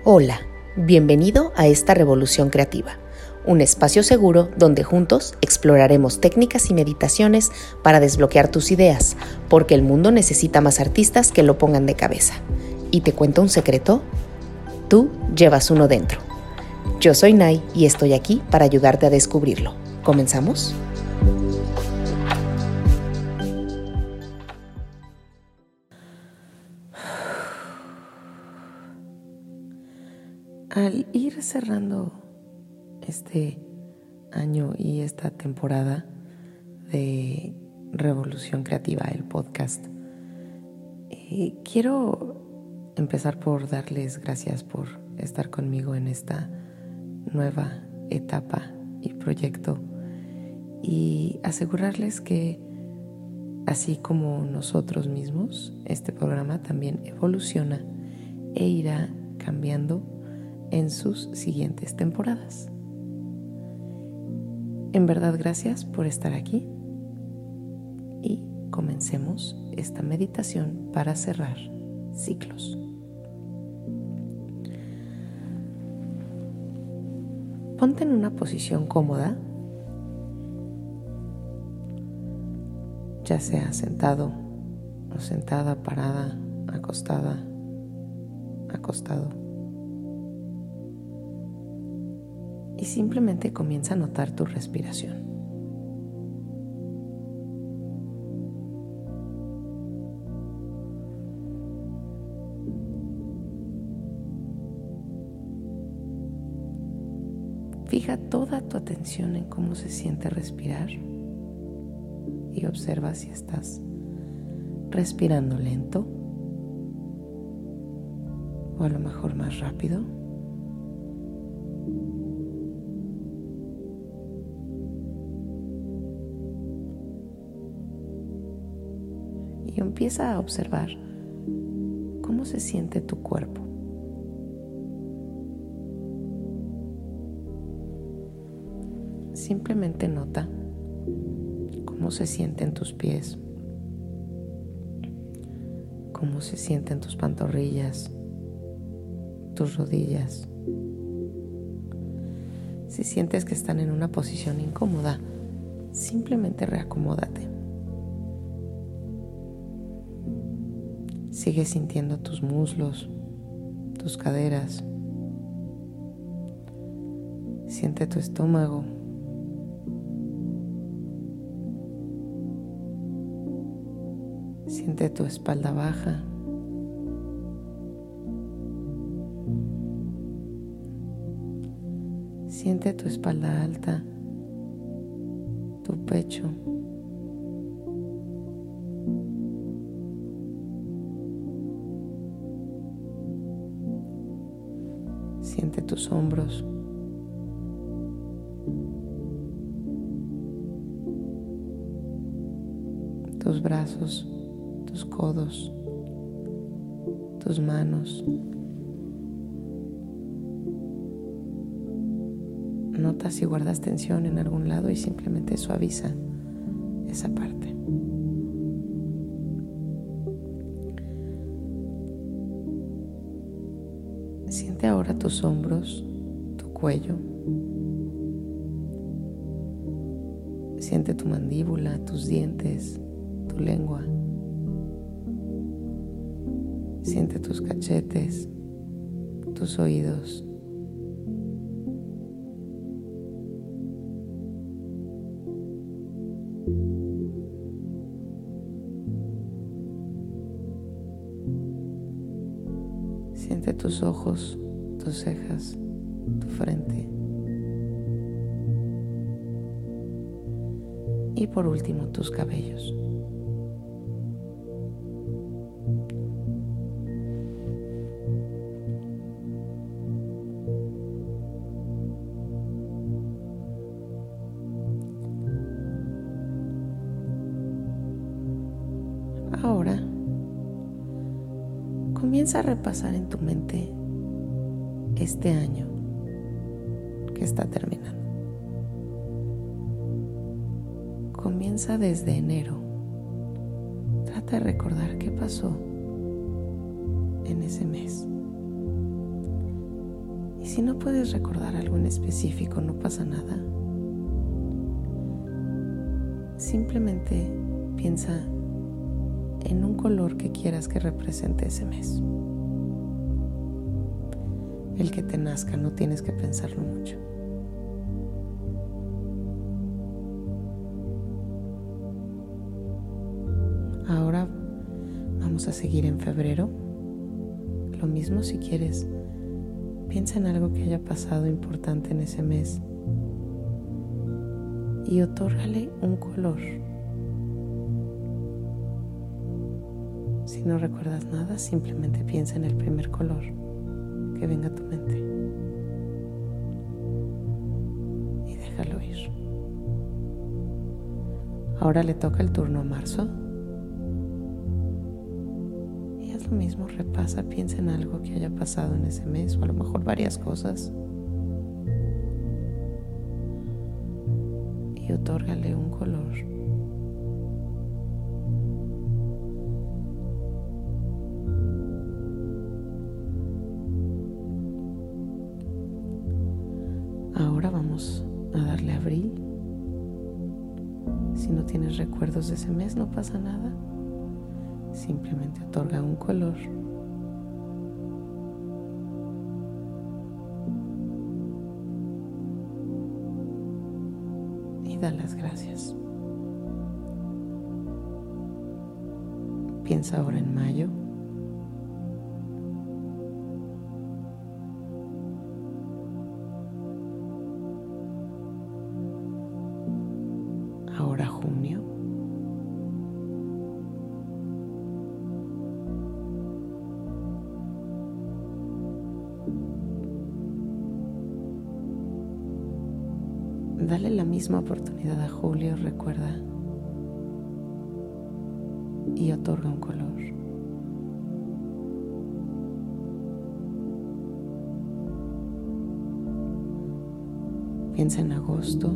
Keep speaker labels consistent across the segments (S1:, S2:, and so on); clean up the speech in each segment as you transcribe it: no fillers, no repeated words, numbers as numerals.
S1: Hola, bienvenido a esta revolución creativa, un espacio seguro donde juntos exploraremos técnicas y meditaciones para desbloquear tus ideas, porque el mundo necesita más artistas que lo pongan de cabeza. ¿Y te cuento un secreto? Tú llevas uno dentro. Yo soy Nay y estoy aquí para ayudarte a descubrirlo. ¿Comenzamos? Al ir cerrando este año y esta temporada de Revolución Creativa, el podcast, quiero empezar por darles gracias por estar conmigo en esta nueva etapa y proyecto y asegurarles que así como nosotros mismos, este programa también evoluciona e irá cambiando en sus siguientes temporadas. En verdad, gracias por estar aquí y comencemos esta meditación para cerrar ciclos. Ponte en una posición cómoda, ya sea sentado o sentada, parada, acostada, acostado. Y simplemente comienza a notar tu respiración. Fija toda tu atención en cómo se siente respirar y observa si estás respirando lento o a lo mejor más rápido. Y empieza a observar cómo se siente tu cuerpo. Simplemente nota cómo se sienten tus pies, cómo se sienten tus pantorrillas, tus rodillas. Si sientes que están en una posición incómoda, simplemente reacomódate. Sigue sintiendo tus muslos, tus caderas. Siente tu estómago. Siente tu espalda baja. Siente tu espalda alta, tu pecho. Siente tus hombros. Tus brazos, tus codos, tus manos. Nota si guardas tensión en algún lado y simplemente suaviza esa parte. Siente ahora tus hombros, tu cuello. Siente tu mandíbula, tus dientes, tu lengua. Siente tus cachetes, tus oídos. Siente tus ojos, tus cejas, tu frente. Y por último, tus cabellos. Ahora, comienza a repasar en tu mente este año que está terminando. Comienza desde enero. Trata de recordar qué pasó en ese mes. si no puedes recordar algo en específico, no pasa nada. Simplemente piensa en un color que quieras que represente ese mes. El que te nazca, no tienes que pensarlo mucho. Ahora vamos a seguir en febrero. Lo mismo si quieres. Piensa en algo que haya pasado importante en ese mes y otórgale un color. Si no recuerdas nada, simplemente piensa en el primer color que venga a tu mente y déjalo ir. Ahora le toca el turno a marzo. Y haz lo mismo, repasa, piensa en algo que haya pasado en ese mes o a lo mejor varias cosas. Y otórgale un color. Ahora vamos a darle a abril. Si no tienes recuerdos de ese mes, no pasa nada. Simplemente otorga un color. Y da las gracias. Piensa ahora en mayo. Ahora junio. Dale la misma oportunidad a julio, recuerda, y otorga un color. Piensa en agosto.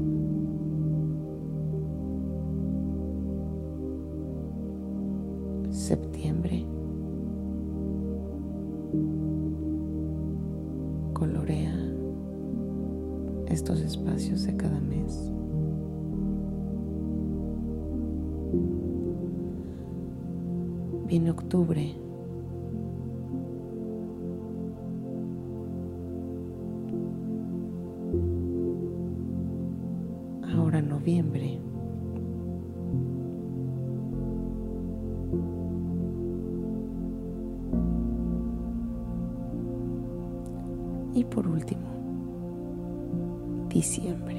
S1: Septiembre. Colorea estos espacios de cada mes. Viene octubre. Ahora noviembre. Y por último, diciembre.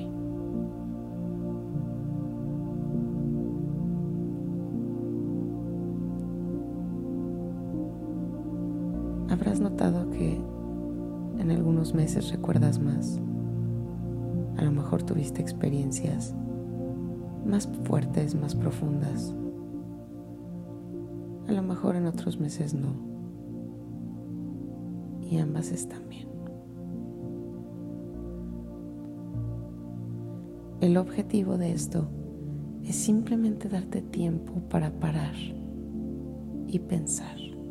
S1: Habrás notado que en algunos meses recuerdas más. A lo mejor tuviste experiencias más fuertes, más profundas. A lo mejor en otros meses no. Y ambas están bien. El objetivo de esto es simplemente darte tiempo para parar y pensar.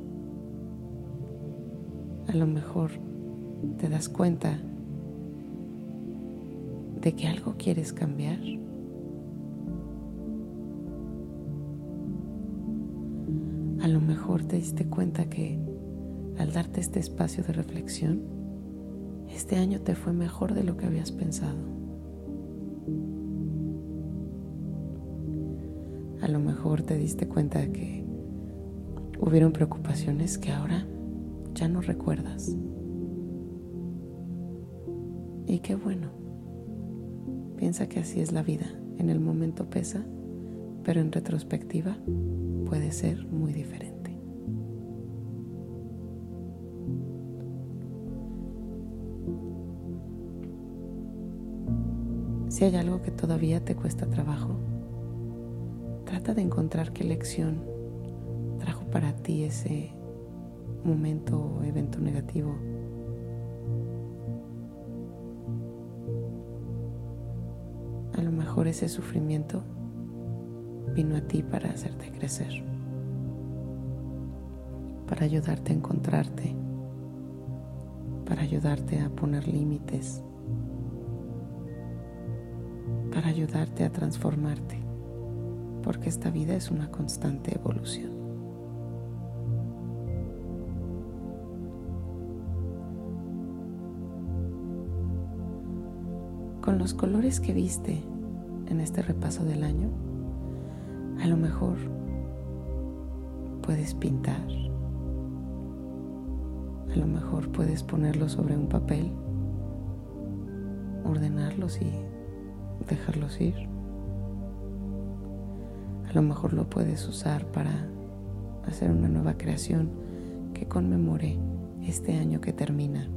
S1: A lo mejor te das cuenta de que algo quieres cambiar. A lo mejor te diste cuenta que al darte este espacio de reflexión, este año te fue mejor de lo que habías pensado. A lo mejor te diste cuenta de que hubieron preocupaciones que ahora ya no recuerdas. Y qué bueno. Piensa que así es la vida. En el momento pesa, pero en retrospectiva puede ser muy diferente. Si hay algo que todavía te cuesta trabajo, trata de encontrar qué lección trajo para ti ese momento o evento negativo. A lo mejor ese sufrimiento vino a ti para hacerte crecer, para ayudarte a encontrarte para ayudarte a poner límites, para ayudarte a transformarte, porque esta vida es una constante evolución. Con los colores que viste en este repaso del año, a lo mejor puedes pintar, a lo mejor puedes ponerlos sobre un papel, ordenarlos y dejarlos ir. A lo mejor lo puedes usar para hacer una nueva creación que conmemore este año que termina.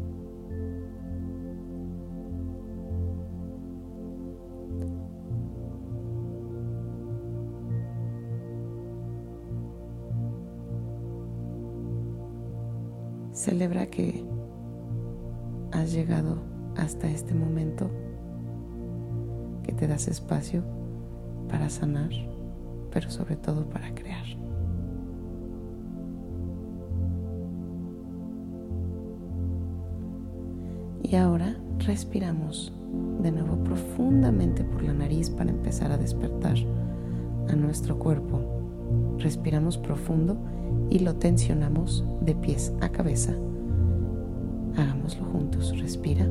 S1: Celebra que has llegado hasta este momento, que te das espacio para sanar, pero sobre todo para crear. Y ahora respiramos de nuevo profundamente por la nariz para empezar a despertar a nuestro cuerpo. Respiramos profundo y lo tensionamos de pies a cabeza. Hagámoslo juntos. Respira.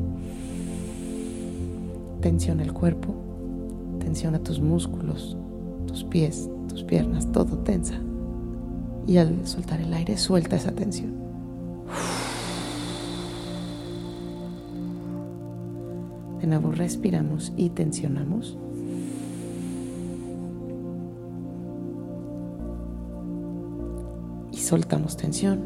S1: Tensiona el cuerpo. Tensiona tus músculos, tus pies, tus piernas, todo tensa. Y al soltar el aire, suelta esa tensión. De nuevo respiramos y tensionamos. Y soltamos tensión.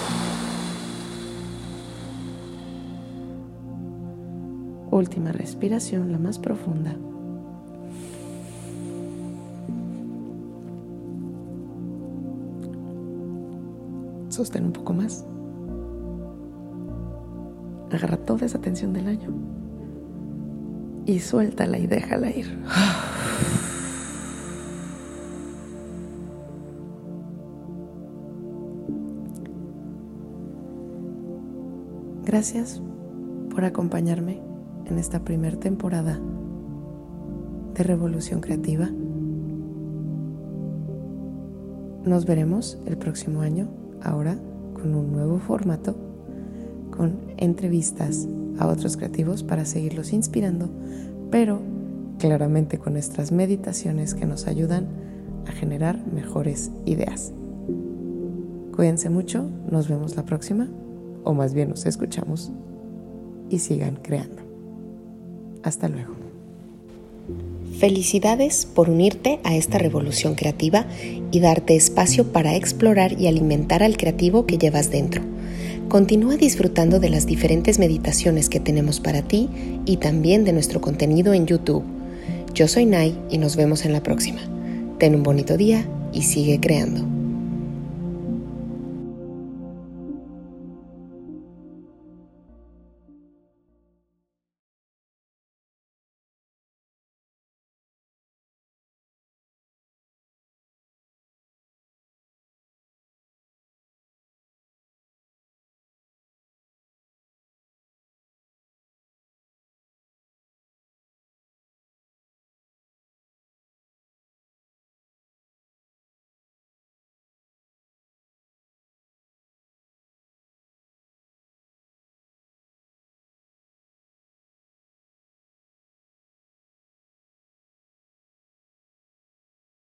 S1: Última respiración, la más profunda. Sostén un poco más. Agarra toda esa tensión del año y suéltala y déjala ir. Gracias por acompañarme en esta primera temporada de Revolución Creativa. Nos veremos el próximo año, ahora con un nuevo formato, con entrevistas a otros creativos para seguirlos inspirando, pero claramente con nuestras meditaciones que nos ayudan a generar mejores ideas. Cuídense mucho, nos vemos la próxima, o más bien nos escuchamos, y sigan creando. Hasta luego.
S2: Felicidades por unirte a esta revolución creativa y darte espacio para explorar y alimentar al creativo que llevas dentro. Continúa disfrutando de las diferentes meditaciones que tenemos para ti y también de nuestro contenido en YouTube. Yo soy Nay y nos vemos en la próxima. Ten un bonito día y sigue creando.